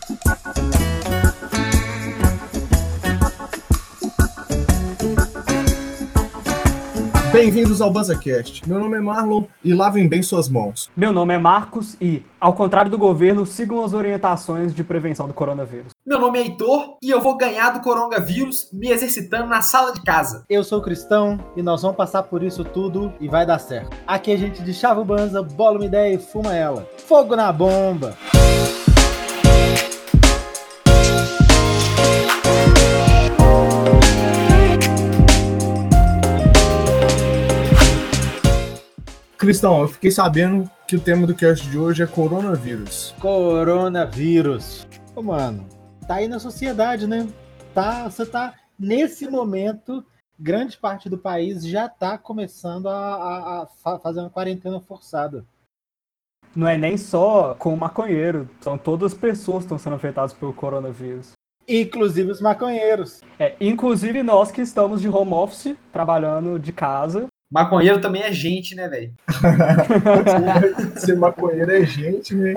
Bem-vindos ao BanzaCast. Meu nome é Marlon e lavem bem suas mãos. Meu nome é Marcos e, ao contrário do governo, sigam as orientações de prevenção do coronavírus. Meu nome é Heitor e eu vou ganhar do coronavírus me exercitando na sala de casa. Eu sou cristão e nós vamos passar por isso tudo e vai dar certo. Aqui a gente deschava o banza, bola uma ideia e fuma ela. Fogo na bomba! Cristão, eu fiquei sabendo que o tema do cast de hoje é coronavírus. Coronavírus. Ô, mano, tá aí na sociedade, né? Você tá nesse momento, grande parte do país já tá começando a fazer uma quarentena forçada. Não é nem só com o maconheiro, são todas as pessoas que estão sendo afetadas pelo coronavírus. Inclusive os maconheiros. Inclusive nós que estamos de home office, trabalhando de casa. Maconheiro também é gente, né, velho? Ser maconheiro é gente, né?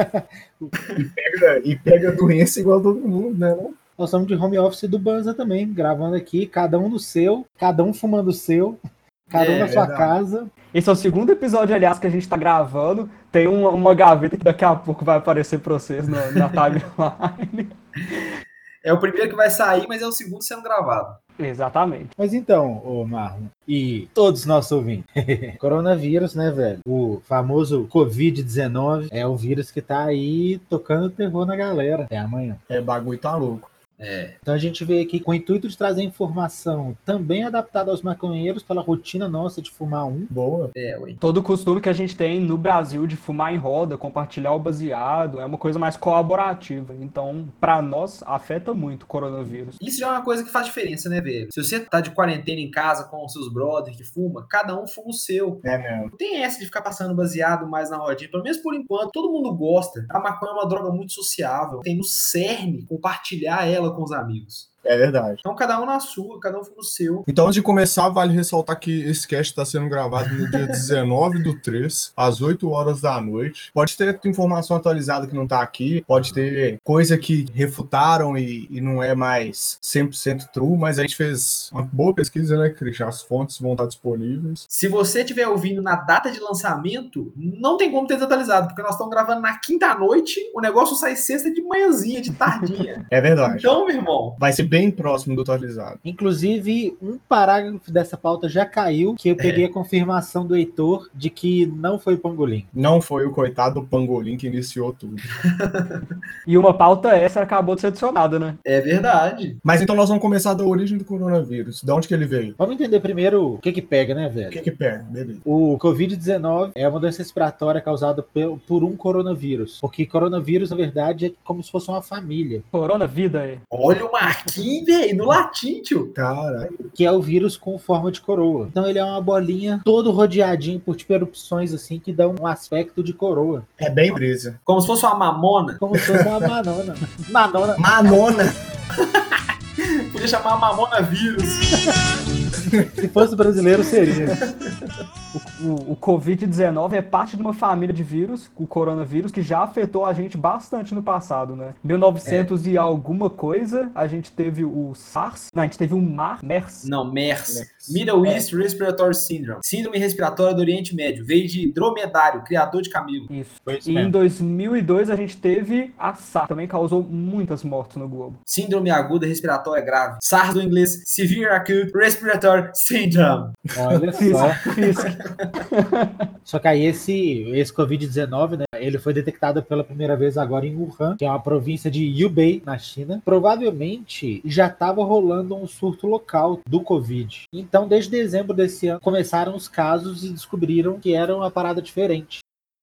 E pega doença igual todo mundo, né? Nós somos de home office do Banza também, gravando aqui, cada um no seu, cada um fumando o seu, cada um na sua casa. Esse é o segundo episódio, aliás, que a gente tá gravando. Tem uma gaveta que daqui a pouco vai aparecer pra vocês na timeline. É o primeiro que vai sair, mas é o segundo sendo gravado. Exatamente. Mas então, ô Marlon, e todos nós ouvintes, coronavírus, né, velho? O famoso Covid-19 é o vírus que tá aí tocando terror na galera. Até amanhã. Bagulho tá louco. Então a gente veio aqui com o intuito de trazer informação também adaptada aos maconheiros pela rotina nossa de fumar um. Boa. Ué. Todo o costume que a gente tem no Brasil de fumar em roda, compartilhar o baseado, é uma coisa mais colaborativa. Então, pra nós, afeta muito o coronavírus. Isso já é uma coisa que faz diferença, né, velho? Se você tá de quarentena em casa com os seus brothers que fuma, cada um fuma o seu. É mesmo. Não tem essa de ficar passando baseado mais na rodinha. Pelo menos por enquanto, todo mundo gosta. A maconha é uma droga muito sociável. Tem no cerne compartilhar ela com os amigos. É verdade. Então cada um na sua, cada um no seu. Então, antes de começar, vale ressaltar que esse cast está sendo gravado no dia 19/3, às 8 horas da noite. Pode ter informação atualizada que não está aqui, pode ter coisa que refutaram e não é mais 100% true, mas a gente fez uma boa pesquisa, né, Christian? As fontes vão estar disponíveis. Se você estiver ouvindo na data de lançamento, não tem como ter desatualizado, porque nós estamos gravando na quinta-noite, o negócio sai sexta de manhãzinha, de tardinha. É verdade. Então, meu irmão, Vai ser bem próximo do atualizado. Inclusive, um parágrafo dessa pauta já caiu, que eu peguei a confirmação do Heitor de que não foi pangolim. Não foi o coitado do pangolim que iniciou tudo. E uma pauta essa acabou de ser adicionada, né? é verdade. Mas então nós vamos começar da origem do coronavírus. De onde que ele veio? Vamos entender primeiro o que pega, né, O velho? que pega? Beleza. O Covid-19 é uma doença respiratória causada por um coronavírus. Porque coronavírus, na verdade, é como se fosse uma família. Corona vida aí. Olha o Marquinhos, velho, no latim, tio. Caralho. Que é o vírus com forma de coroa. Então ele é uma bolinha todo rodeadinho por tipo erupções assim que dão um aspecto de coroa. É bem brisa. Como se fosse uma mamona. Como se fosse uma manona. Manona. Manona. Podia chamar mamona vírus. Se fosse brasileiro, seria. O Covid-19 é parte de uma família de vírus, o coronavírus, que já afetou a gente bastante no passado, né? 1900 e alguma coisa, a gente teve o SARS, não, a gente teve o MERS. Não, MERS. Middle East Respiratory Syndrome. Síndrome respiratória do Oriente Médio. Veio de dromedário, criador de camelo. Isso. Foi isso E mesmo. em 2002 a gente teve a SARS, também causou muitas mortes no globo. Síndrome aguda respiratória grave. SARS do inglês, Severe Acute Respiratory Syndrome. Olha só. Fisk. Só que aí esse Covid-19, né, ele foi detectado pela primeira vez agora em Wuhan, que é uma província de Hubei, na China. Provavelmente já estava rolando um surto local do Covid. Então, desde dezembro desse ano, começaram os casos e descobriram que era uma parada diferente.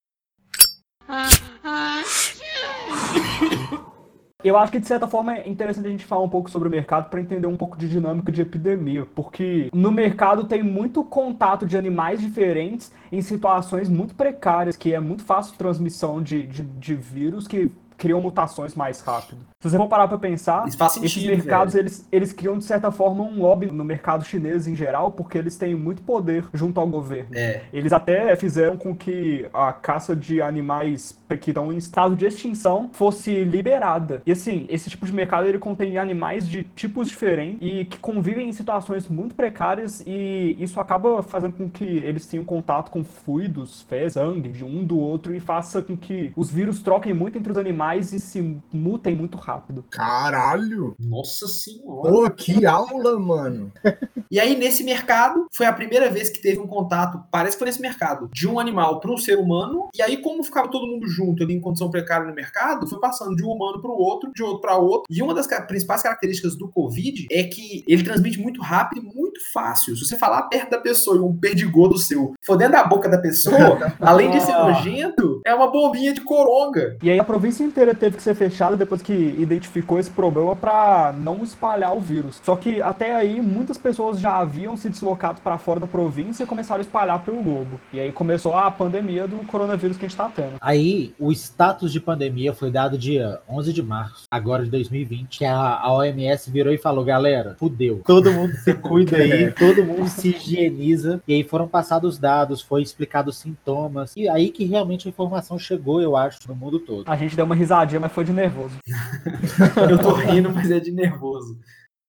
Eu acho que, de certa forma, é interessante a gente falar um pouco sobre o mercado para entender um pouco de dinâmica de epidemia, porque no mercado tem muito contato de animais diferentes em situações muito precárias, que é muito fácil transmissão de vírus que criam mutações mais rápido. Se você for parar pra pensar, Isso faz sentido, esses mercados, velho. eles criam, de certa forma, um lobby no mercado chinês em geral, porque eles têm muito poder junto ao governo. Eles até fizeram com que a caça de animais que estão em estado de extinção fosse liberada. E assim, esse tipo de mercado, ele contém animais de tipos diferentes e que convivem em situações muito precárias, e isso acaba fazendo com que eles tenham contato com fluidos, fezes, sangue de um do outro, e faça com que os vírus troquem muito entre os animais e se mutem muito rápido. Caralho! Nossa senhora. Pô, que aula, mano! E aí, nesse mercado, foi a primeira vez que teve um contato, parece que foi nesse mercado, de um animal para um ser humano. E aí, como ficava todo mundo junto ali em condição precária no mercado, foi passando de um humano para o outro, de outro para outro. E uma das principais características do Covid é que ele transmite muito rápido e muito fácil. Se você falar perto da pessoa e um perdigoto seu for dentro da boca da pessoa, além de ser nojento, é uma bombinha de coronga. E aí a província inteira teve que ser fechada depois que identificou esse problema para não espalhar o vírus. Só que até aí muitas pessoas já haviam se deslocado para fora da província e começaram a espalhar pelo globo. E aí começou a pandemia do coronavírus que a gente tá tendo. Aí o status de pandemia foi dado dia 11 de março, agora de 2020, que a OMS virou e falou: galera, fudeu. Todo mundo se cuida aí, todo mundo se higieniza. E aí foram passados os dados, foi explicado os sintomas. E aí que realmente a informação chegou, eu acho, no mundo todo. A gente deu uma risadinha, mas foi de nervoso. Eu tô rindo, mas é de nervoso.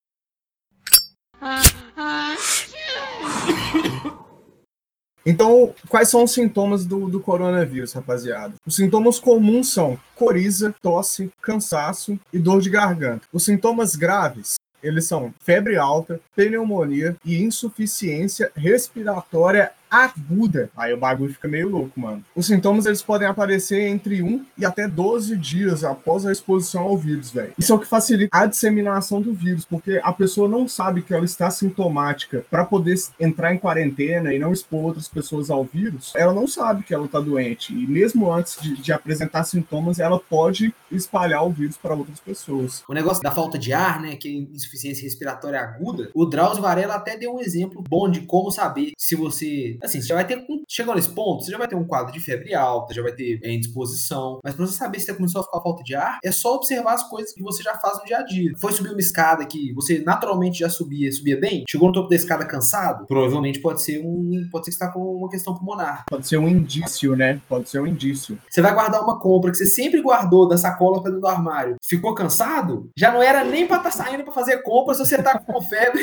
Então, quais são os sintomas do coronavírus, rapaziada? Os sintomas comuns são coriza, tosse, cansaço e dor de garganta. Os sintomas graves, eles são febre alta, pneumonia e insuficiência respiratória aguda. Aí o bagulho fica meio louco, mano. Os sintomas, eles podem aparecer entre 1 e até 12 dias após a exposição ao vírus, velho. Isso é o que facilita a disseminação do vírus, porque a pessoa não sabe que ela está sintomática para poder entrar em quarentena e não expor outras pessoas ao vírus. Ela não sabe que ela está doente, e mesmo antes de apresentar sintomas, ela pode espalhar o vírus para outras pessoas. O negócio da falta de ar, né, que é insuficiência respiratória aguda, o Drauzio Varela até deu um exemplo bom de como saber se você... Assim, você já vai ter... Chegou nesse ponto, você já vai ter um quadro de febre alta, já vai ter indisposição, mas pra você saber se você começou a ficar falta de ar, é só observar as coisas que você já faz no dia a dia. Foi subir uma escada que você naturalmente já subia bem, chegou no topo da escada cansado, provavelmente pode ser que você está com uma questão pulmonar. Pode ser um indício, né? Pode ser um indício. Você vai guardar uma compra que você sempre guardou da sacola pra dentro do armário, ficou cansado, já não era nem pra estar saindo pra fazer compra se você tá com febre.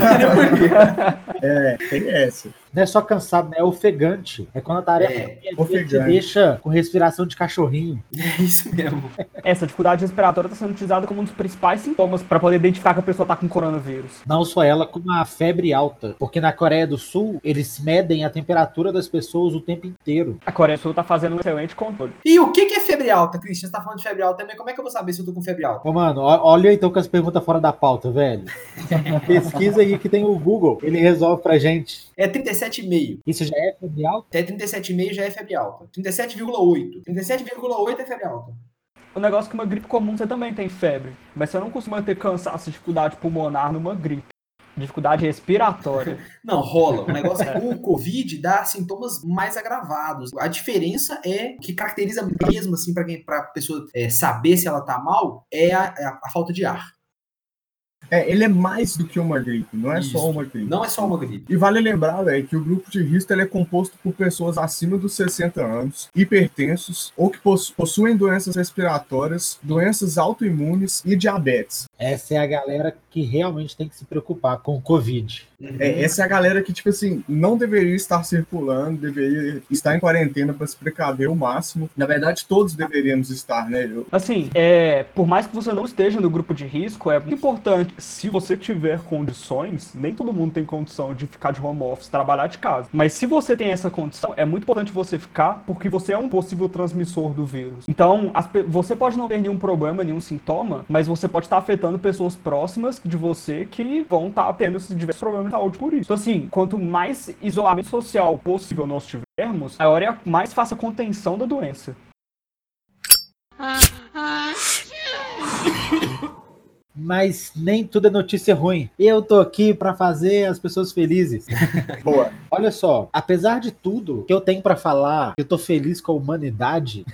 É, tem essa. Não é só cansado, né? É ofegante. É quando a tarefa te deixa com respiração de cachorrinho. É isso mesmo. Essa dificuldade respiratória está sendo utilizada como um dos principais sintomas para poder identificar que a pessoa está com coronavírus. Não só ela, como a febre alta. Porque na Coreia do Sul, eles medem a temperatura das pessoas o tempo inteiro. A Coreia do Sul está fazendo um excelente controle. E o que é febre alta, Christian? Você tá falando de febre alta também? Como é que eu vou saber se eu tô com febre alta? Ô, mano, olha então com as perguntas fora da pauta, velho. Pesquisa aí que tem o Google. Ele resolve pra gente. É 37,5. Isso já é febre alta? Até 37,5 já é febre alta. 37,8. 37,8 é febre alta. O negócio é que uma gripe comum você também tem febre, mas você não costuma ter cansaço e dificuldade pulmonar numa gripe. Dificuldade respiratória. Não, rola. O negócio é que o Covid dá sintomas mais agravados. A diferença é, o que caracteriza mesmo, assim, pra pessoa saber se ela tá mal, é a falta de ar. Ele é mais do que uma gripe, não é só uma gripe. Não é só uma gripe. E vale lembrar, velho, que o grupo de risco ele é composto por pessoas acima dos 60 anos, hipertensos ou que possuem doenças respiratórias, doenças autoimunes e diabetes. Essa é a galera que realmente tem que se preocupar com o Covid. Essa é a galera que, tipo assim, não deveria estar circulando, deveria estar em quarentena para se precaver o máximo. Na verdade, todos deveríamos estar, né? Assim, por mais que você não esteja no grupo de risco, é muito importante, se você tiver condições, nem todo mundo tem condição de ficar de home office, trabalhar de casa. Mas se você tem essa condição, é muito importante você ficar, porque você é um possível transmissor do vírus. Então, você pode não ter nenhum problema, nenhum sintoma, mas você pode estar afetando pessoas próximas de você que vão estar tendo esses diversos problemas de saúde por isso. Então, assim, quanto mais isolamento social possível nós tivermos, maior é a mais fácil a contenção da doença. Mas nem tudo é notícia ruim. Eu tô aqui pra fazer as pessoas felizes. Boa. Olha só, apesar de tudo que eu tenho pra falar, que eu tô feliz com a humanidade,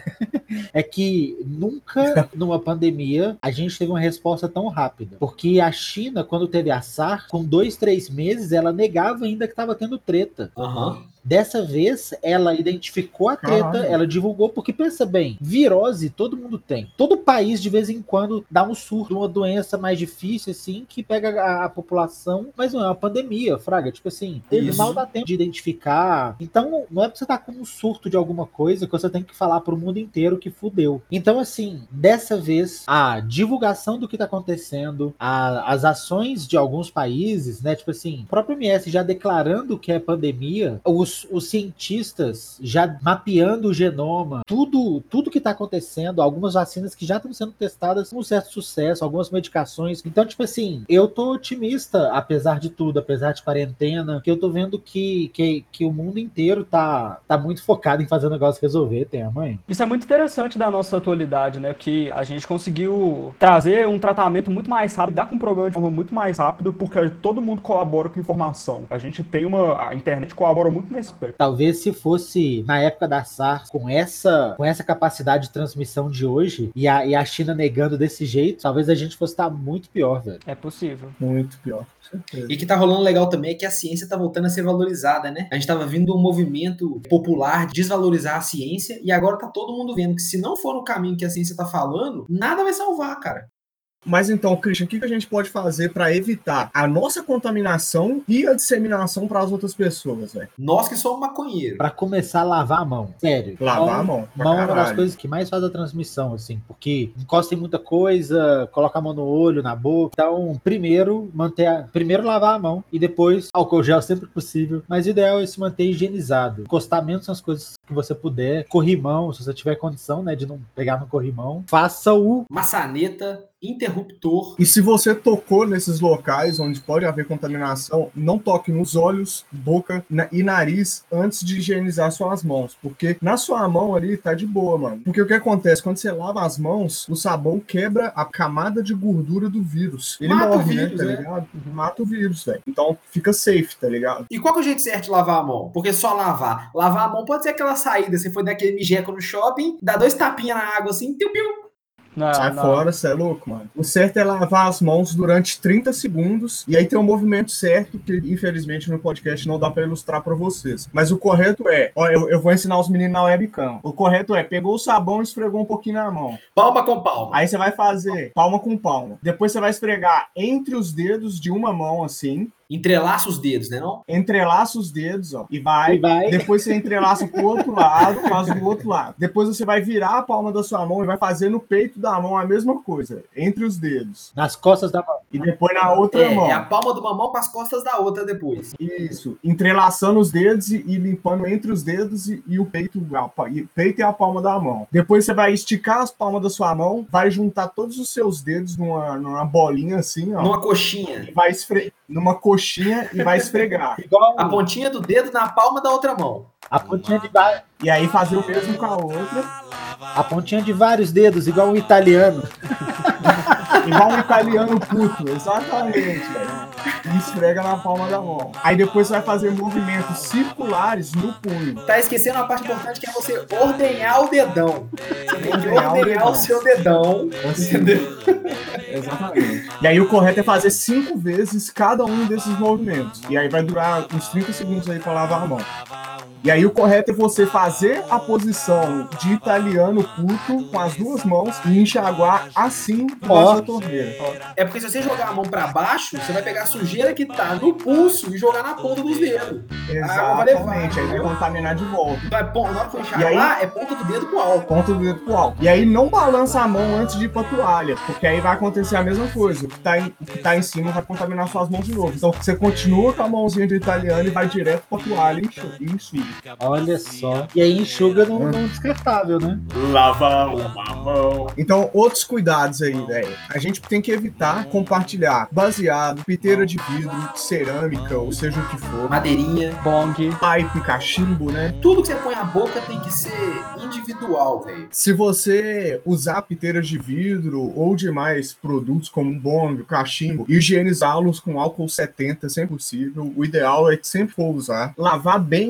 é que nunca numa pandemia a gente teve uma resposta tão rápida. Porque a China, quando teve a SARS, com 2, 3 meses, ela negava ainda que estava tendo treta. Aham. Dessa vez, ela identificou a treta, Caralho. ela divulgou, porque pensa bem, virose todo mundo tem. Todo país, de vez em quando, dá um surto, uma doença mais difícil, assim, que pega a população, mas não é uma pandemia, fraga. Tipo assim, Isso. mal dá tempo de identificar. Então, não é pra você estar com um surto de alguma coisa que você tem que falar pro mundo inteiro que fudeu. Então, assim, dessa vez, a divulgação do que tá acontecendo, as ações de alguns países, né, tipo assim, o próprio MS já declarando que é pandemia, os cientistas já mapeando o genoma, tudo que tá acontecendo, algumas vacinas que já estão sendo testadas com um certo sucesso, algumas medicações. Então, tipo assim, eu tô otimista, apesar de tudo, apesar de quarentena, que eu tô vendo que o mundo inteiro tá muito focado em fazer o negócio resolver, tem a mãe. Isso é muito interessante da nossa atualidade, né? Que a gente conseguiu trazer um tratamento muito mais rápido, dar com o problema de forma muito mais rápido, porque todo mundo colabora com informação. A gente tem a internet colabora muito nesse aspecto. Talvez se fosse na época da SARS, com essa capacidade de transmissão de hoje, e a China negando desse jeito, talvez a gente fosse estar muito pior, velho. É possível. Muito pior, com certeza. E que tá rolando legal também é que a ciência tá voltando a ser valorizada, né? A gente tava vindo um movimento popular de desvalorizar a ciência e agora tá todo mundo vendo que se não for no caminho que a ciência tá falando, nada vai salvar, cara. Mas então, Christian, o que a gente pode fazer para evitar a nossa contaminação e a disseminação para as outras pessoas, velho? Nós que somos maconheiros. Pra começar a lavar a mão, sério. Lavar a mão, pra Mão é uma das caralho. coisas que mais faz a transmissão, assim, porque encosta em muita coisa, coloca a mão no olho, na boca. Então, primeiro lavar a mão e depois álcool gel sempre que possível. Mas o ideal é se manter higienizado. Encostar menos nas coisas que você puder. Corrimão, se você tiver condição, né, de não pegar no corrimão. Faça-o. Maçaneta, interruptor. E se você tocou nesses locais onde pode haver contaminação, não toque nos olhos, boca e nariz antes de higienizar suas mãos. Porque na sua mão ali tá de boa, mano. Porque o que acontece? Quando você lava as mãos, o sabão quebra a camada de gordura do vírus. Ele Mata o morre, vírus, né? Tá né? ligado? Mata o vírus, velho. Então fica safe, tá ligado? E qual que é o jeito certo de lavar a mão? Porque só lavar. Lavar a mão pode ser aquela saída. Você foi daquele mijeco no shopping, dá 2 tapinhas na água assim, piu-piu. Sai fora, você é louco, mano. O certo é lavar as mãos durante 30 segundos. E aí tem um movimento certo que, infelizmente, no podcast não dá pra ilustrar pra vocês. Mas o correto é... Ó, eu vou ensinar os meninos na webcam. O correto é, pegou o sabão e esfregou um pouquinho na mão. Palma com palma. Aí você vai fazer palma com palma. Depois você vai esfregar entre os dedos de uma mão, assim. Entrelaça os dedos, né não? Entrelaça os dedos, ó. E vai. vai. Depois você entrelaça pro outro lado, faz do outro lado. Depois você vai virar a palma da sua mão e vai fazer no peito da mão a mesma coisa. Entre os dedos. Nas costas da mão. E depois na outra mão. É a palma de uma mão com as costas da outra depois. Isso. Entrelaçando os dedos e limpando entre os dedos e o peito. O peito e a palma da mão. Depois você vai esticar as palmas da sua mão, vai juntar todos os seus dedos numa bolinha assim, ó. Numa coxinha. E vai numa coxinha e vai esfregar. Igual A pontinha do dedo na palma da outra mão. a pontinha de E aí fazer o mesmo com a outra. a pontinha de vários dedos, igual um italiano. Igual um italiano puto. Exatamente, velho. E esfrega na palma da mão. Aí depois você vai fazer movimentos circulares no punho. Tá esquecendo uma parte importante que é você ordenhar o dedão. Você tem que Ordenhar o ordenhar dedão. o seu dedão. Entendeu? Exatamente. E aí o correto é fazer 5 vezes cada um desses movimentos. E aí vai durar uns 30 segundos aí pra lavar a mão. E aí o correto é você fazer a posição de italiano puto com as duas mãos e enxaguar assim debaixo da torneira. É porque se você jogar a mão pra baixo, você vai pegar a sujeira que tá no pulso e jogar na ponta dos dedos. Exatamente. Aí vai contaminar de volta. Na hora que for E enxaguar, é ponta do dedo pro alto. Ponta do dedo pro alto. E aí não balança a mão antes de ir pra toalha, porque aí vai acontecer a mesma coisa. O que tá em cima vai contaminar suas mãos de novo. Então você continua com a mãozinha de italiano e vai direto pra toalha e enxuga. Olha só. E aí enxuga num descartável, né? Lavar uma mão. Então, outros cuidados aí, velho. A gente tem que evitar compartilhar baseado, piteira de vidro, cerâmica, ou seja o que for. Madeirinha. Bong. Pipe, cachimbo, né? Tudo que você põe na boca tem que ser individual, velho. Se você usar piteiras de vidro ou demais produtos como bong, cachimbo, higienizá-los com álcool 70 sempre possível. O ideal é que sempre for usar. Lavar bem as mãos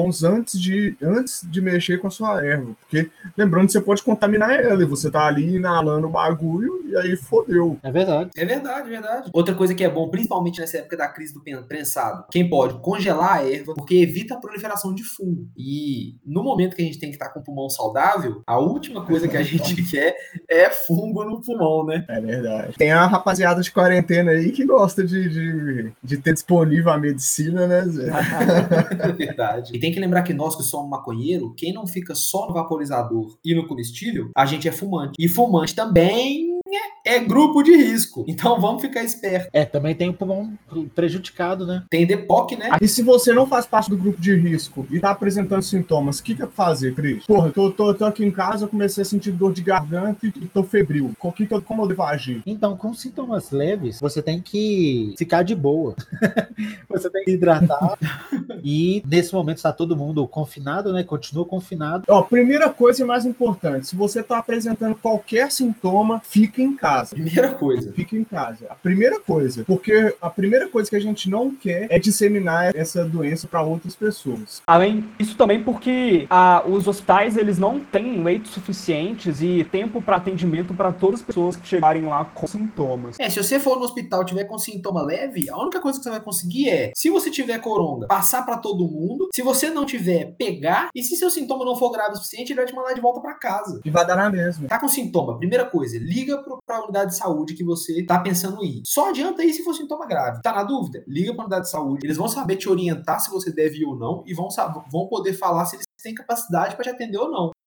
mãos antes de mexer com a sua erva. Porque, lembrando, você pode contaminar ela e você tá ali inalando o bagulho e aí fodeu. É verdade. É verdade, verdade. Outra coisa que é bom, principalmente nessa época da crise do prensado, quem pode congelar a erva, porque evita a proliferação de fungo. E no momento que a gente tem que estar com o pulmão saudável, a última coisa que a gente quer é fungo no pulmão, né? É verdade. Tem a rapaziada de quarentena aí que gosta de ter disponível a medicina, né, Zé? É verdade. E tem que lembrar que nós que somos maconheiro, quem não fica só no vaporizador e no comestível, a gente é fumante. E fumante também é grupo de risco. Então vamos ficar esperto. Também tem o pulmão prejudicado, né? Tem DPOC, né? E se você não faz parte do grupo de risco e tá apresentando sintomas, o que é pra fazer, Cris? Porra, tô aqui em casa, comecei a sentir dor de garganta e tô febril. Como eu devo agir? Então, com sintomas leves, você tem que ficar de boa. Você tem que hidratar. E nesse momento está todo mundo confinado, né? Continua confinado. Ó, primeira coisa e mais importante, se você tá apresentando qualquer sintoma, fica em casa. Primeira coisa. Fica em casa. A primeira coisa. Porque a primeira coisa que a gente não quer é disseminar essa doença para outras pessoas. Além disso também porque os hospitais eles não têm leitos suficientes e tempo para atendimento para todas as pessoas que chegarem lá com sintomas. Se você for no hospital e tiver com sintoma leve, a única coisa que você vai conseguir é, se você tiver coronga, passar para todo mundo. Se você não tiver, pegar. E se seu sintoma não for grave o suficiente, ele vai te mandar de volta para casa. E vai dar na mesma. Tá com sintoma? Primeira coisa, liga para a unidade de saúde que você tá pensando em ir. Só adianta ir se for sintoma grave. Tá na dúvida? Liga para a unidade de saúde. Eles vão saber te orientar se você deve ir ou não e vão poder falar se eles têm capacidade para te atender ou não.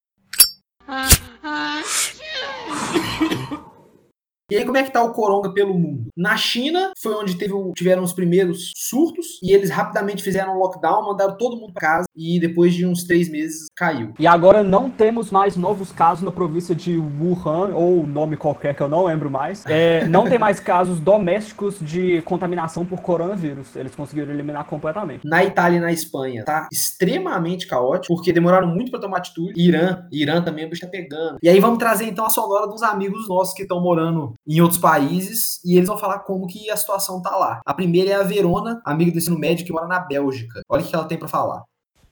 E aí, como é que tá o coronga pelo mundo? Na China, foi onde tiveram os primeiros surtos, e eles rapidamente fizeram um lockdown, mandaram todo mundo para casa, e depois de uns 3 meses, caiu. E agora não temos mais novos casos na província de Wuhan, ou nome qualquer que eu não lembro mais. Não tem mais casos domésticos de contaminação por coronavírus. Eles conseguiram eliminar completamente. Na Itália e na Espanha, tá extremamente caótico, porque demoraram muito para tomar atitude. Irã também o bicho tá pegando. E aí vamos trazer então a sonora dos amigos nossos que estão morando em outros países, e eles vão falar como que a situação tá lá. A primeira é a Verona, amiga do ensino médio que mora na Bélgica. Olha o que ela tem para falar.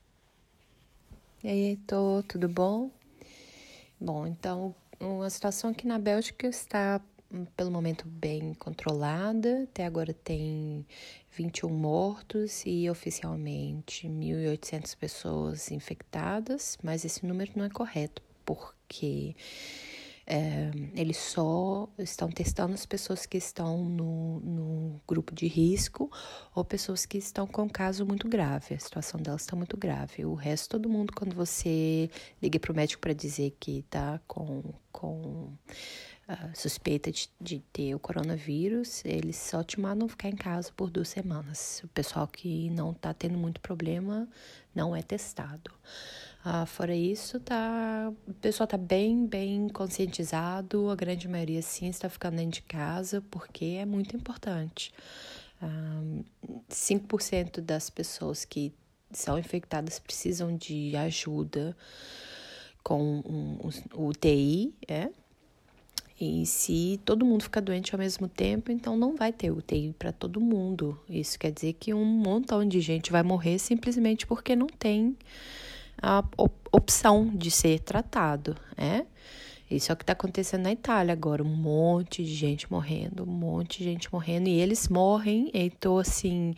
E aí, tudo bom? Bom, então, a situação aqui na Bélgica está, pelo momento, bem controlada. Até agora tem 21 mortos e, oficialmente, 1.800 pessoas infectadas, mas esse número não é correto, porque eles só estão testando as pessoas que estão no grupo de risco ou pessoas que estão com caso muito grave. A situação delas está muito grave. O resto, todo mundo, quando você liga para o médico para dizer que está com suspeita de ter o coronavírus, eles só te mandam ficar em casa por 2 semanas. O pessoal que não está tendo muito problema não é testado. Fora isso, o pessoal está bem conscientizado, a grande maioria sim está ficando dentro de casa, porque é muito importante. 5% das pessoas que são infectadas precisam de ajuda com o UTI, E se todo mundo ficar doente ao mesmo tempo, então não vai ter UTI para todo mundo. Isso quer dizer que um montão de gente vai morrer simplesmente porque não tem a opção de ser tratado, Isso é o que está acontecendo na Itália agora, um monte de gente morrendo, e eles morrem, então assim,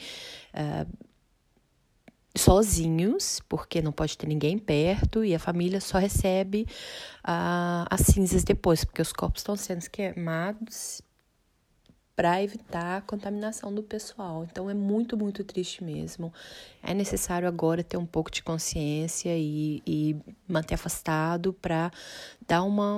sozinhos, porque não pode ter ninguém perto, e a família só recebe as cinzas depois, porque os corpos estão sendo queimados para evitar a contaminação do pessoal. Então é muito triste mesmo. É necessário agora ter um pouco de consciência e manter afastado para dar uma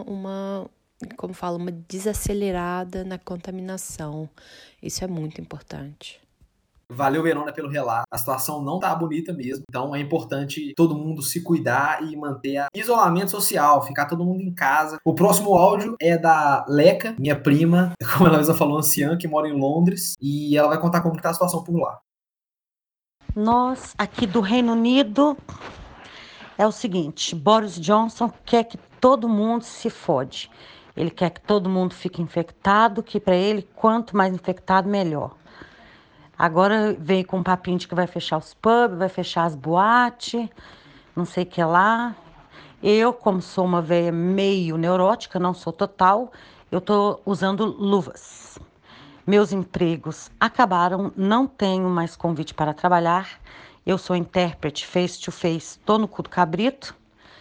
desacelerada na contaminação. Isso é muito importante. Valeu, Verona, pelo relato. A situação não tá bonita mesmo, então é importante todo mundo se cuidar e manter isolamento social, ficar todo mundo em casa. O próximo áudio é da Leca, minha prima, como ela mesma falou, anciã, que mora em Londres, e ela vai contar como tá a situação por lá. Nós, aqui do Reino Unido, é o seguinte, Boris Johnson quer que todo mundo se fode. Ele quer que todo mundo fique infectado, que para ele, quanto mais infectado, melhor. Agora veio com um papinho de que vai fechar os pubs, vai fechar as boates, não sei o que lá. Eu, como sou uma velha meio neurótica, não sou total, eu tô usando luvas. Meus empregos acabaram, não tenho mais convite para trabalhar. Eu sou intérprete face to face, tô no cu do cabrito.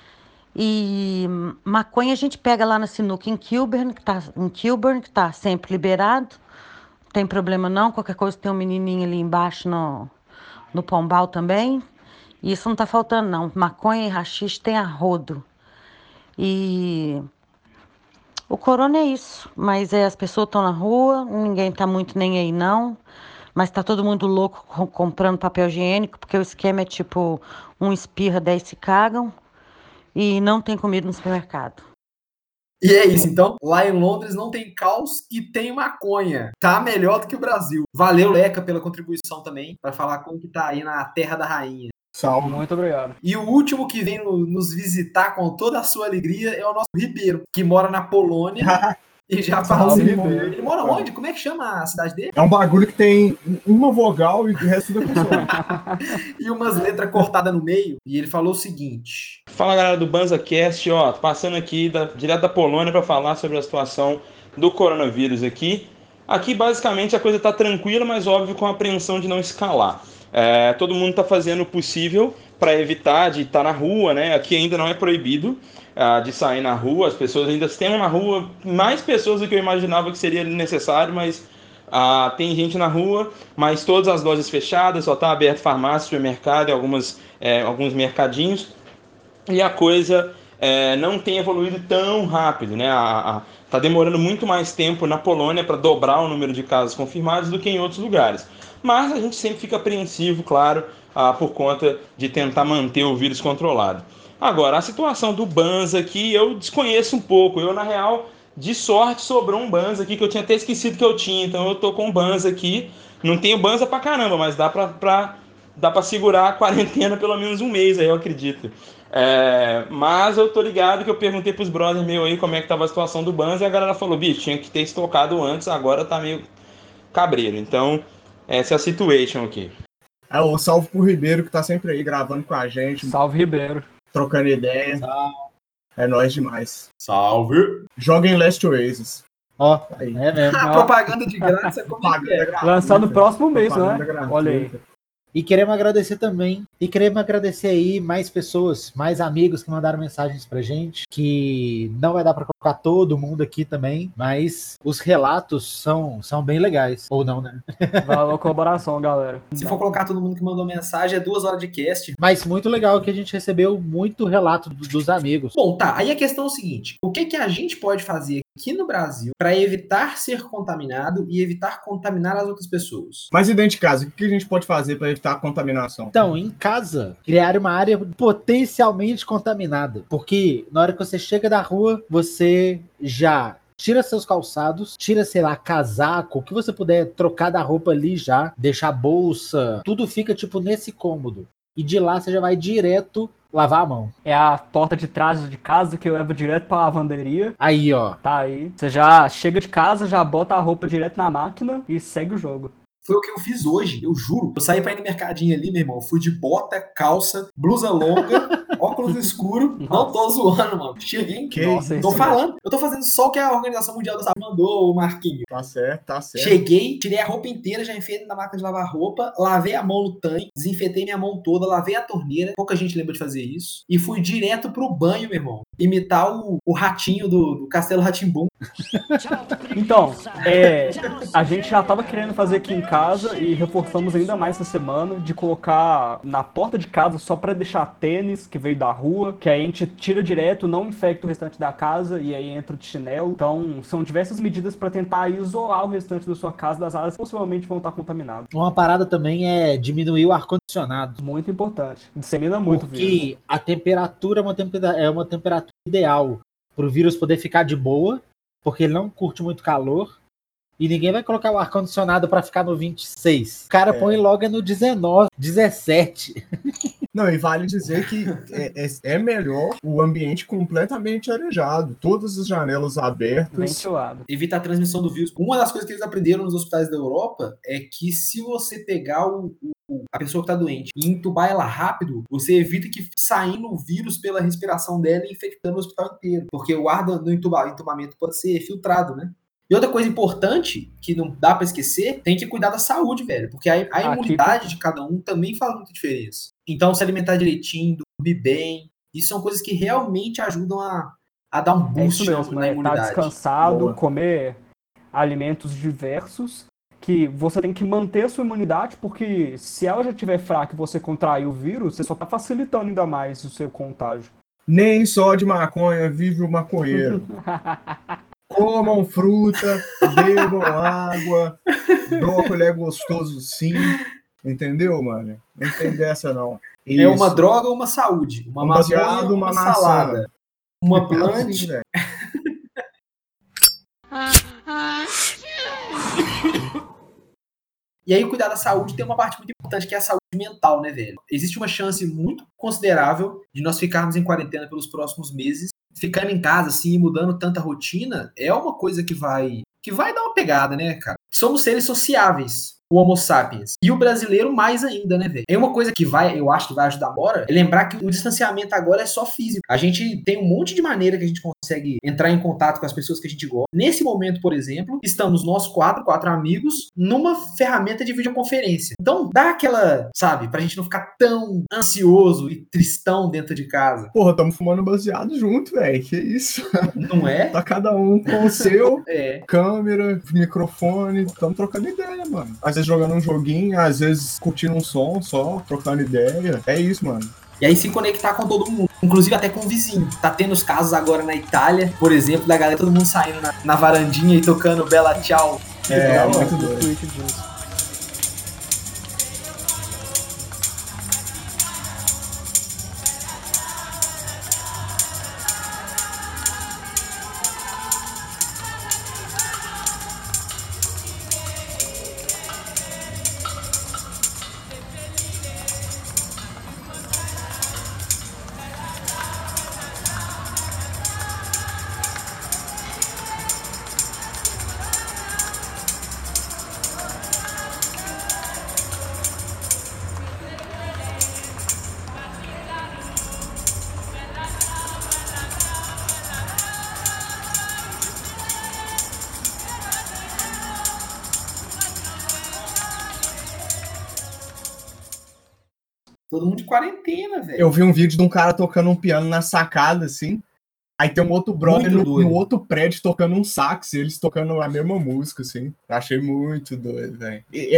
E maconha a gente pega lá na Sinuca em Kilburn, que tá sempre liberado. Não tem problema não, qualquer coisa tem um menininho ali embaixo no Pombal também. E isso não tá faltando não, maconha e haxixe tem a rodo. E o corona é isso, mas as pessoas estão na rua, ninguém tá muito nem aí não, mas tá todo mundo louco comprando papel higiênico, porque o esquema é tipo, um espirra, 10 se cagam, e não tem comida no supermercado. E é isso, então. Lá em Londres não tem caos e tem maconha. Tá melhor do que o Brasil. Valeu, Leca, pela contribuição também, para falar como que tá aí na Terra da Rainha. Salve. Muito obrigado. E o último que vem nos visitar com toda a sua alegria é o nosso Ribeiro, que mora na Polônia e já Salve, participou. Ribeiro. Ele mora onde? Como é que chama a cidade dele? É um bagulho que tem uma vogal e o resto da consonante. E umas letras cortadas no meio. E ele falou o seguinte: Fala galera do BanzaCast, ó, tô passando aqui direto da Polônia para falar sobre a situação do coronavírus aqui. Aqui basicamente a coisa tá tranquila, mas óbvio com a apreensão de não escalar. Todo mundo tá fazendo o possível para evitar de estar na rua, né? Aqui ainda não é proibido de sair na rua, as pessoas ainda estão na rua, mais pessoas do que eu imaginava que seria necessário, mas tem gente na rua, mas todas as lojas fechadas, só tá aberto farmácia, supermercado e alguns mercadinhos. E a coisa não tem evoluído tão rápido, né? Tá demorando muito mais tempo na Polônia para dobrar o número de casos confirmados do que em outros lugares. Mas a gente sempre fica apreensivo, claro, por conta de tentar manter o vírus controlado. Agora, a situação do Banza aqui eu desconheço um pouco. Eu, na real, de sorte, sobrou um Banza aqui que eu tinha até esquecido que eu tinha. Então eu tô com um Banza aqui. Não tenho Banza pra caramba, mas dá pra segurar a quarentena pelo menos um mês aí, eu acredito. Mas eu tô ligado que eu perguntei pros brothers meus aí como é que tava a situação do Banza e a galera falou, bicho, tinha que ter estocado antes, agora tá meio cabreiro. Então, essa é a situation aqui. O salve pro Ribeiro, que tá sempre aí gravando com a gente, Salve, Ribeiro. trocando ideia. É nóis demais. Salve! Joga em Last Oasis. Ó, Aí. é mesmo. A propaganda de graça, como é que é? Lançando no próximo mês, Propaganda né? gratuita. Olha aí. E queremos agradecer também. E queremos agradecer aí mais pessoas, mais amigos que mandaram mensagens pra gente. Que não vai dar pra colocar todo mundo aqui também. Mas os relatos são bem legais. Ou não, né? Valeu a colaboração, galera. Se for colocar todo mundo que mandou mensagem, é 2 horas de cast. Mas muito legal que a gente recebeu muito relato dos amigos. Bom, tá. Aí a questão é o seguinte: o que a gente pode fazer aqui no Brasil para evitar ser contaminado e evitar contaminar as outras pessoas? Mas e dentro de casa, o que a gente pode fazer para evitar a contaminação? Então, em casa, criar uma área potencialmente contaminada. Porque na hora que você chega da rua, você já tira seus calçados, tira, sei lá, casaco, o que você puder trocar da roupa ali já, deixar a bolsa, tudo fica tipo nesse cômodo. E de lá você já vai direto lavar a mão. É a porta de trás de casa que eu levo direto pra lavanderia. Aí, ó. Tá aí. Você já chega de casa, já bota a roupa direto na máquina e segue o jogo. Foi o que eu fiz hoje, eu juro. Eu saí pra ir no mercadinho ali, meu irmão. Fui de bota, calça, blusa longa, óculos escuro. Não tô zoando, mano. Cheguei em Nossa, Tô isso falando. Eu tô fazendo só o que a Organização Mundial da Saúde mandou, o Marquinho. Tá certo, tá certo. Cheguei, tirei a roupa inteira, já enfiei na máquina de lavar roupa, lavei a mão no tanque, desinfetei minha mão toda, lavei a torneira. Pouca gente lembra de fazer isso. E fui direto pro banho, meu irmão. Imitar o ratinho do Castelo Rá-Tim-Bum. Então, a gente já tava querendo fazer aqui em casa e reforçamos ainda mais essa semana de colocar na porta de casa só pra deixar tênis que veio da rua, que aí a gente tira direto, não infecta o restante da casa e aí entra de chinelo. Então, são diversas medidas pra tentar isolar o restante da sua casa das áreas que possivelmente vão estar contaminadas. Uma parada também é diminuir o ar-condicionado. Muito importante. Dissemina muito o vírus. Porque a temperatura é uma temperatura ideal para o vírus poder ficar de boa, porque ele não curte muito calor E ninguém vai colocar o ar-condicionado pra ficar no 26. O cara põe logo no 19, 17. Não, e vale dizer que é melhor o ambiente completamente arejado, todas as janelas abertas. Ventilado. Evita a transmissão do vírus. Uma das coisas que eles aprenderam nos hospitais da Europa é que se você pegar a pessoa que está doente e entubar ela rápido, você evita que saindo o vírus pela respiração dela e infectando o hospital inteiro. Porque o ar do entubamento pode ser filtrado, né? E outra coisa importante, que não dá pra esquecer, tem que cuidar da saúde, velho. Porque a imunidade de cada um também faz muita diferença. Então, se alimentar direitinho, dormir bem, isso são coisas que realmente ajudam a dar um boost na imunidade. Estar descansado, comer alimentos diversos, que você tem que manter a sua imunidade, porque se ela já estiver fraca e você contrair o vírus, você só tá facilitando ainda mais o seu contágio. Nem só de maconha vive o maconheiro. Comam fruta, bebam água, brócolis é gostoso sim, entendeu, mano? Não tem dessa não. Isso. É uma droga ou uma saúde? Uma maconha ou uma salada? Uma planta? Assim, E aí, cuidar da saúde tem uma parte muito importante, que é a saúde mental, né, velho? Existe uma chance muito considerável de nós ficarmos em quarentena pelos próximos meses. Ficando em casa, assim, mudando tanta rotina, é uma coisa que vai dar uma pegada, né, cara? Somos seres sociáveis, o Homo sapiens. E o brasileiro mais ainda, né, velho? É uma coisa que eu acho que vai ajudar agora, é lembrar que o distanciamento agora é só físico. A gente tem um monte de maneira que a gente consegue entrar em contato com as pessoas que a gente gosta. Nesse momento, por exemplo, estamos nós quatro amigos, numa ferramenta de videoconferência. Então, dá aquela, sabe, pra gente não ficar tão ansioso e tristão dentro de casa. Porra, tamo fumando baseado junto, velho. Que isso? Não é? Tá cada um com o seu, câmera, microfone, tamo trocando ideia, mano. Às vezes jogando um joguinho, às vezes curtindo um som só, trocando ideia. É isso, mano. E aí se conectar com todo mundo, inclusive até com o vizinho. Tá tendo os casos agora na Itália, por exemplo, da galera, todo mundo saindo na varandinha e tocando Bella Ciao. É muito doido. Todo mundo de quarentena, velho. Eu vi um vídeo de um cara tocando um piano na sacada, assim. Aí tem um outro brother no outro prédio tocando um sax, e eles tocando a mesma música, assim. Achei muito doido, velho.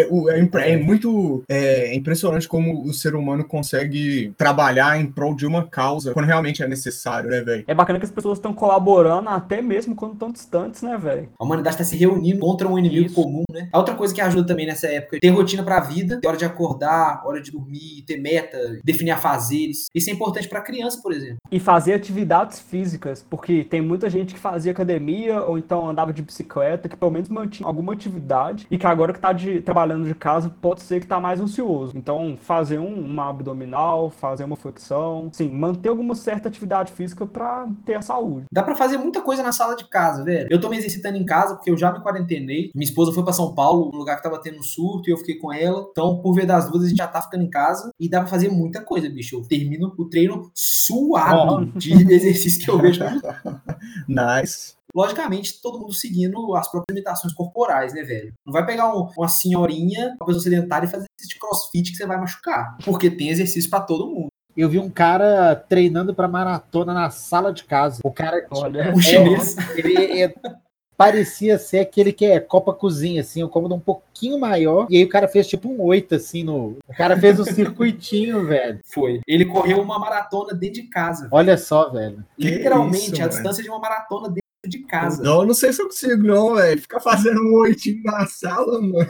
É impressionante como o ser humano consegue trabalhar em prol de uma causa quando realmente é necessário, né, velho? É bacana que as pessoas estão colaborando até mesmo quando estão distantes, né, velho? A humanidade está se reunindo contra um inimigo comum, né? A outra coisa que ajuda também nessa época é ter rotina pra vida, ter hora de acordar, hora de dormir, ter meta, definir afazeres. Isso é importante pra criança, por exemplo. E fazer atividades físicas, porque tem muita gente que fazia academia ou então andava de bicicleta, que pelo menos mantinha alguma atividade e que agora que tá trabalhando de casa pode ser que tá mais ansioso. Então fazer uma abdominal, fazer uma flexão, sim, manter alguma certa atividade física pra ter a saúde. Dá pra fazer muita coisa na sala de casa, velho. Eu tô me exercitando em casa porque eu já me quarentenei. Minha esposa foi pra São Paulo, um lugar que tava tendo surto, e eu fiquei com ela. Então, por ver das duas, a gente já tá ficando em casa e dá pra fazer muita coisa, bicho. Eu termino o treino suado de exercício que eu vejo. Nice. Logicamente, todo mundo seguindo as próprias limitações corporais, né, velho? Não vai pegar uma senhorinha, uma pessoa sedentária e fazer exercício de crossfit que você vai machucar. Porque tem exercício pra todo mundo. Eu vi um cara treinando pra maratona na sala de casa. O cara... Olha, o chinês. Ele parecia ser aquele que é Copa Cozinha, assim, um cômodo um pouquinho maior. E aí o cara fez tipo um 8, assim, O cara fez um circuitinho, velho. Foi. Ele correu uma maratona dentro de casa. Olha só, velho. Literalmente, isso, a distância de uma maratona dentro de casa. Eu não sei se eu consigo, não, velho. Ficar fazendo um 8 na sala, mano.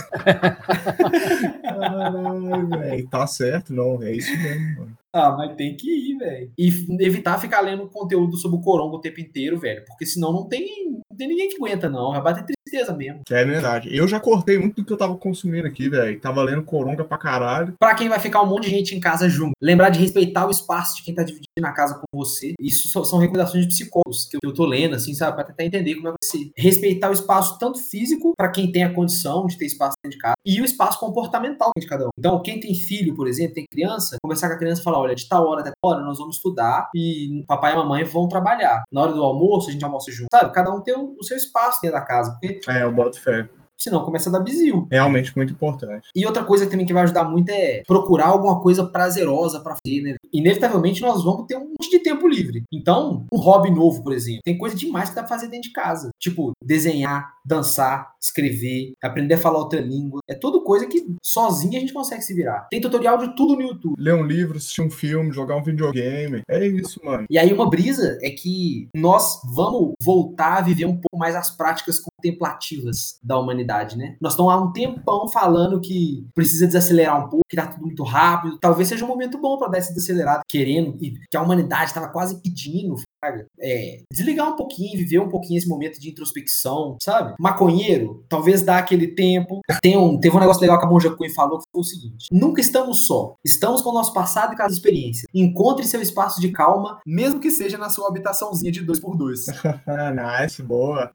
Caralho, velho. Tá certo, não. É isso mesmo, mano. Ah, mas tem que ir, velho. E evitar ficar lendo conteúdo sobre o coronga o tempo inteiro, velho. Porque senão não tem ninguém que aguenta, não. Vai bater tristeza mesmo. É verdade. Eu já cortei muito do que eu tava consumindo aqui, velho. Tava lendo coronga pra caralho. Pra quem vai ficar um monte de gente em casa junto, lembrar de respeitar o espaço de quem tá dividindo a casa com você. Isso são recomendações de psicólogos que eu tô lendo, assim, sabe? Pra tentar entender como é que vai ser. Respeitar o espaço tanto físico, pra quem tem a condição de ter espaço dentro de casa, e o espaço comportamental de cada um. Então, quem tem filho, por exemplo, tem criança, conversar com a criança e falar, olha, de tal hora até tal hora nós vamos estudar e papai e mamãe vão trabalhar. Na hora do almoço, a gente almoça junto. Sabe? Cada um tem o seu espaço dentro da casa. Porque Eu boto fé. senão começa a dar bizil. Realmente muito importante. E outra coisa também que vai ajudar muito é procurar alguma coisa prazerosa pra fazer, né? Inevitavelmente nós vamos ter um monte de tempo livre. Então, um hobby novo, por exemplo, tem coisa demais que dá pra fazer dentro de casa. Tipo, desenhar, dançar, escrever, aprender a falar outra língua. É tudo coisa que sozinho a gente consegue se virar. Tem tutorial de tudo no YouTube. Ler um livro, assistir um filme, jogar um videogame. É isso, mano. E aí uma brisa é que nós vamos voltar a viver um pouco mais as práticas contemplativas da humanidade, né? Nós estamos há um tempão falando que precisa desacelerar um pouco, que tá tudo muito rápido. Talvez seja um momento bom para dar essa desacelerada, querendo, e que a humanidade estava quase pedindo, sabe? Desligar um pouquinho, viver um pouquinho esse momento de introspecção, sabe? Maconheiro, talvez dá aquele tempo. Teve um negócio legal que a Monja Coen falou, que foi o seguinte: nunca estamos só. Estamos com o nosso passado e com as experiências. Encontre seu espaço de calma, mesmo que seja na sua habitaçãozinha de 2x2. Nice, boa.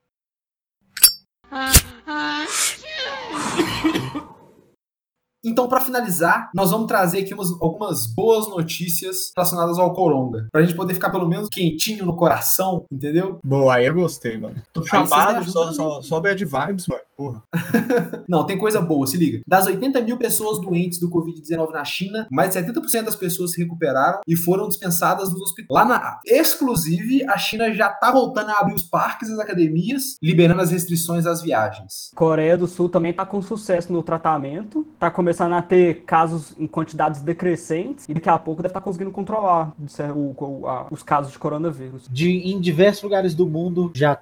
Então, para finalizar, nós vamos trazer aqui algumas boas notícias relacionadas ao Coronga. Pra gente poder ficar pelo menos quentinho no coração, entendeu? Boa, aí eu gostei, mano. Tô Aí chapado, vocês me ajudam, só bad vibes, mano. Porra. Não, tem coisa boa, se liga. Das 80 mil pessoas doentes do Covid-19 na China, mais de 70% das pessoas se recuperaram e foram dispensadas dos hospitais. Exclusive, a China já tá voltando a abrir os parques e as academias, liberando as restrições às viagens. Coreia do Sul também tá com sucesso no tratamento, tá começando a ter casos em quantidades decrescentes e daqui a pouco deve estar conseguindo controlar os casos de coronavírus. Em diversos lugares do mundo já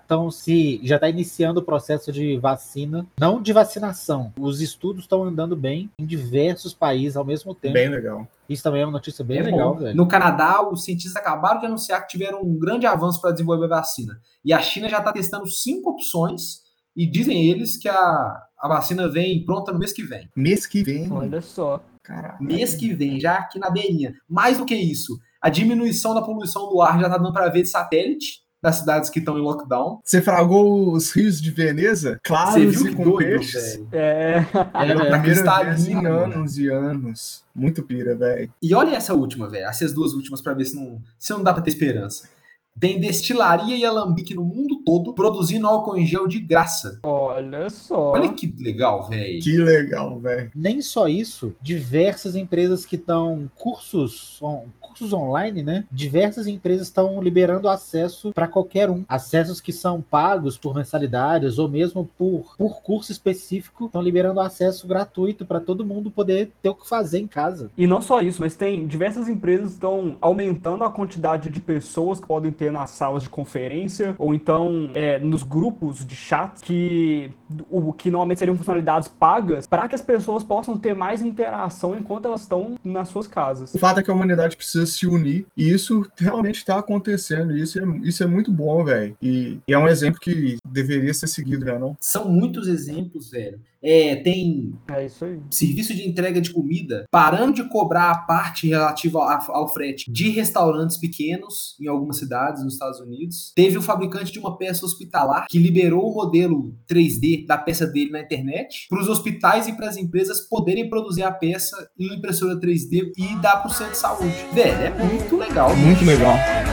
tá iniciando o processo de vacina, não de vacinação. Os estudos estão andando bem em diversos países ao mesmo tempo. Bem legal. Isso também é uma notícia bem legal, velho. No Canadá, os cientistas acabaram de anunciar que tiveram um grande avanço para desenvolver a vacina. E a China já está testando 5 opções e dizem eles que a vacina vem pronta no mês que vem. Mês que vem? Olha só. Caraca. Mês que vem, já aqui na beirinha. Mais do que isso, a diminuição da poluição do ar já está dando para ver de satélite das cidades que estão em lockdown. Você fragou os rios de Veneza? Claro, Você viu que com doido, peixes. velho? É. Primeira vez cristalino, em anos e anos. Muito pira, velho. E olha essa última, velho. Essas duas últimas para ver se não dá para ter esperança. Tem destilaria e alambique no mundo todo produzindo álcool em gel de graça. Olha só. Olha que legal, velho. Que legal, velho. Nem só isso, diversas empresas que estão cursos online, né? Diversas empresas estão liberando acesso para qualquer um. Acessos que são pagos por mensalidades ou mesmo por curso específico, estão liberando acesso gratuito para todo mundo poder ter o que fazer em casa. E não só isso, mas tem diversas empresas que estão aumentando a quantidade de pessoas que podem ter nas salas de conferência ou então nos grupos de chat que normalmente seriam funcionalidades pagas para que as pessoas possam ter mais interação enquanto elas estão nas suas casas. O fato é que a humanidade precisa se unir e isso realmente está acontecendo. Isso é muito bom, velho. E é um exemplo que deveria ser seguido, né, não? São muitos exemplos, velho. Tem isso aí. Serviço de entrega de comida parando de cobrar a parte relativa ao frete de restaurantes pequenos em algumas cidades nos Estados Unidos. Teve o fabricante de uma peça hospitalar que liberou o modelo 3D da peça dele na internet para os hospitais e para as empresas poderem produzir a peça em impressora 3D e dar para o centro de saúde. Velho, é muito legal. Muito legal.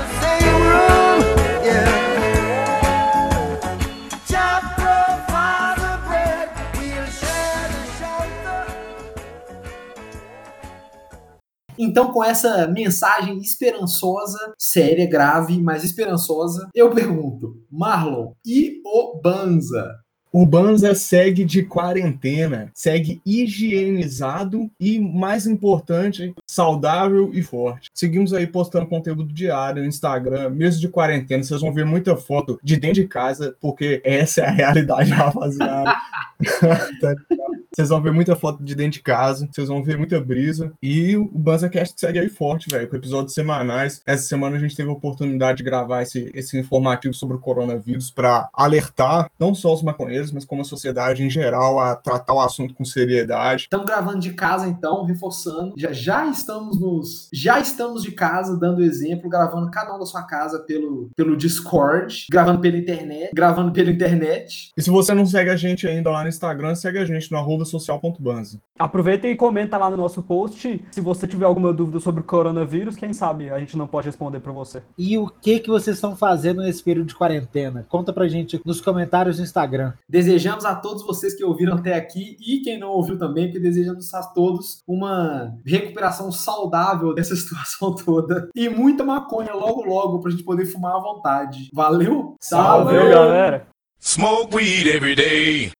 Então, com essa mensagem esperançosa, séria, grave, mas esperançosa, eu pergunto, Marlon, e o Banza? O Banza segue de quarentena, segue higienizado e, mais importante, saudável e forte. Seguimos aí postando conteúdo diário no Instagram, mesmo de quarentena. Vocês vão ver muita foto de dentro de casa, porque essa é a realidade, rapaziada. Vocês vão ver muita foto de dentro de casa, vocês vão ver muita brisa. E o BanzaCast segue aí forte, velho, com episódios semanais. Essa semana a gente teve a oportunidade de gravar esse informativo sobre o coronavírus para alertar não só os maconheiros, mas como a sociedade em geral a tratar o assunto com seriedade. Estamos gravando de casa, então, reforçando. Já estamos de casa, dando exemplo, gravando cada um da sua casa pelo Discord, gravando pela internet. E se você não segue a gente ainda lá no Instagram, segue a gente no @social.banza. Aproveita e comenta lá no nosso post. Se você tiver alguma dúvida sobre o coronavírus, quem sabe a gente não pode responder para você. E o que vocês estão fazendo nesse período de quarentena? Conta pra gente nos comentários do Instagram. Desejamos a todos vocês que ouviram até aqui e quem não ouviu também, porque desejamos a todos uma recuperação saudável dessa situação toda e muita maconha logo pra gente poder fumar à vontade. Valeu? Valeu, galera! Smoke weed every day.